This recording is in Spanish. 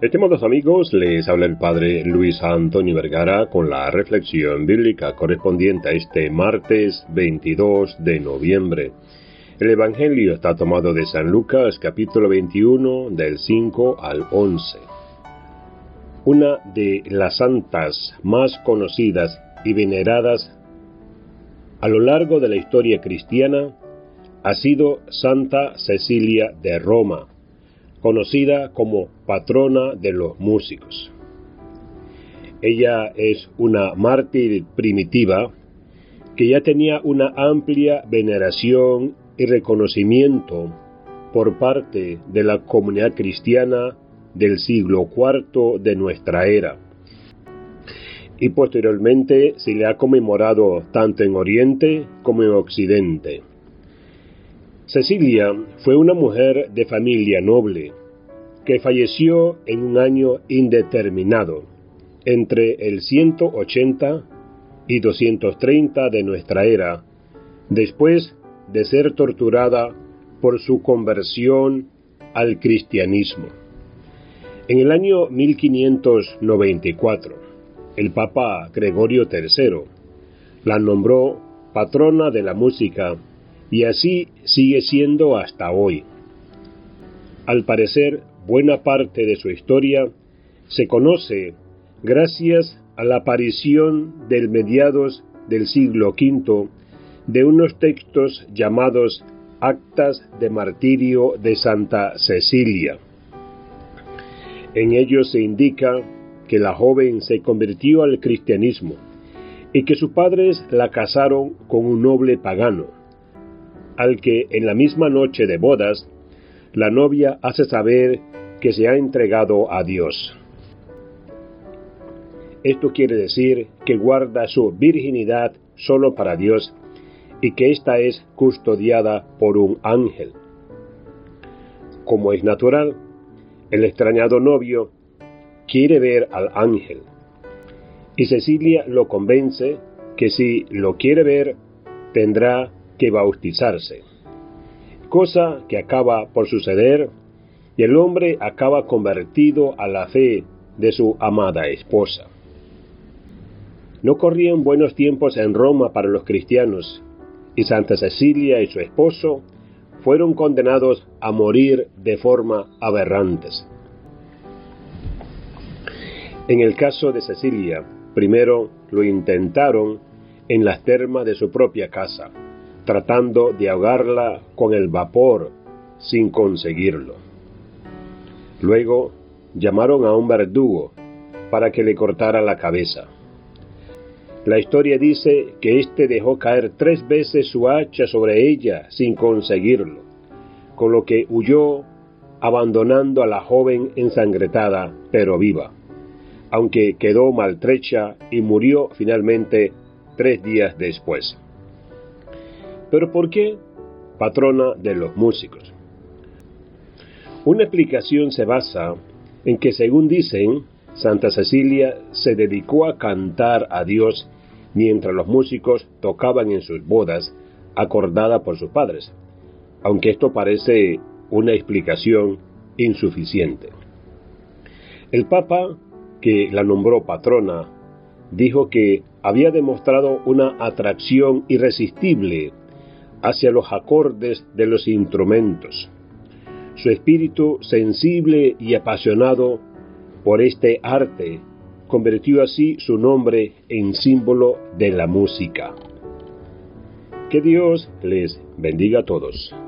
Estimados amigos, les habla el Padre Luis Antonio Vergara con la reflexión bíblica correspondiente a este martes 22 de noviembre. El Evangelio está tomado de San Lucas, capítulo 21, del 5 al 11. Una de las santas más conocidas y veneradas a lo largo de la historia cristiana ha sido Santa Cecilia de Roma, conocida como patrona de los músicos. Ella es una mártir primitiva que ya tenía una amplia veneración y reconocimiento por parte de la comunidad cristiana del siglo IV de nuestra era. Y posteriormente se le ha conmemorado tanto en Oriente como en Occidente. Cecilia fue una mujer de familia noble que falleció en un año indeterminado, entre el 180 y 230 de nuestra era, después de ser torturada por su conversión al cristianismo. En el año 1594, el Papa Gregorio III la nombró patrona de la música, y así sigue siendo hasta hoy. Al parecer, buena parte de su historia se conoce gracias a la aparición del mediados del siglo V de unos textos llamados Actas de Martirio de Santa Cecilia. En ellos se indica que la joven se convirtió al cristianismo y que sus padres la casaron con un noble pagano, al que en la misma noche de bodas, la novia hace saber que se ha entregado a Dios. Esto quiere decir que guarda su virginidad solo para Dios y que ésta es custodiada por un ángel. Como es natural, el extrañado novio quiere ver al ángel, y Cecilia lo convence que si lo quiere ver, tendrá que bautizarse, cosa que acaba por suceder, y el hombre acaba convertido a la fe de su amada esposa. No corrían buenos tiempos en Roma para los cristianos, y Santa Cecilia y su esposo fueron condenados a morir de forma aberrantes. En el caso de Cecilia, primero lo intentaron en las termas de su propia casa, tratando de ahogarla con el vapor sin conseguirlo. Luego llamaron a un verdugo para que le cortara la cabeza. La historia dice que éste dejó caer 3 veces su hacha sobre ella sin conseguirlo, con lo que huyó, abandonando a la joven ensangrentada pero viva, aunque quedó maltrecha y murió finalmente 3 días después. ¿Pero por qué patrona de los músicos? Una explicación se basa en que, según dicen, Santa Cecilia se dedicó a cantar a Dios mientras los músicos tocaban en sus bodas, acordada por sus padres, aunque esto parece una explicación insuficiente. El Papa, que la nombró patrona, dijo que había demostrado una atracción irresistible hacia los acordes de los instrumentos. Su espíritu sensible y apasionado por este arte convirtió así su nombre en símbolo de la música. Que Dios les bendiga a todos.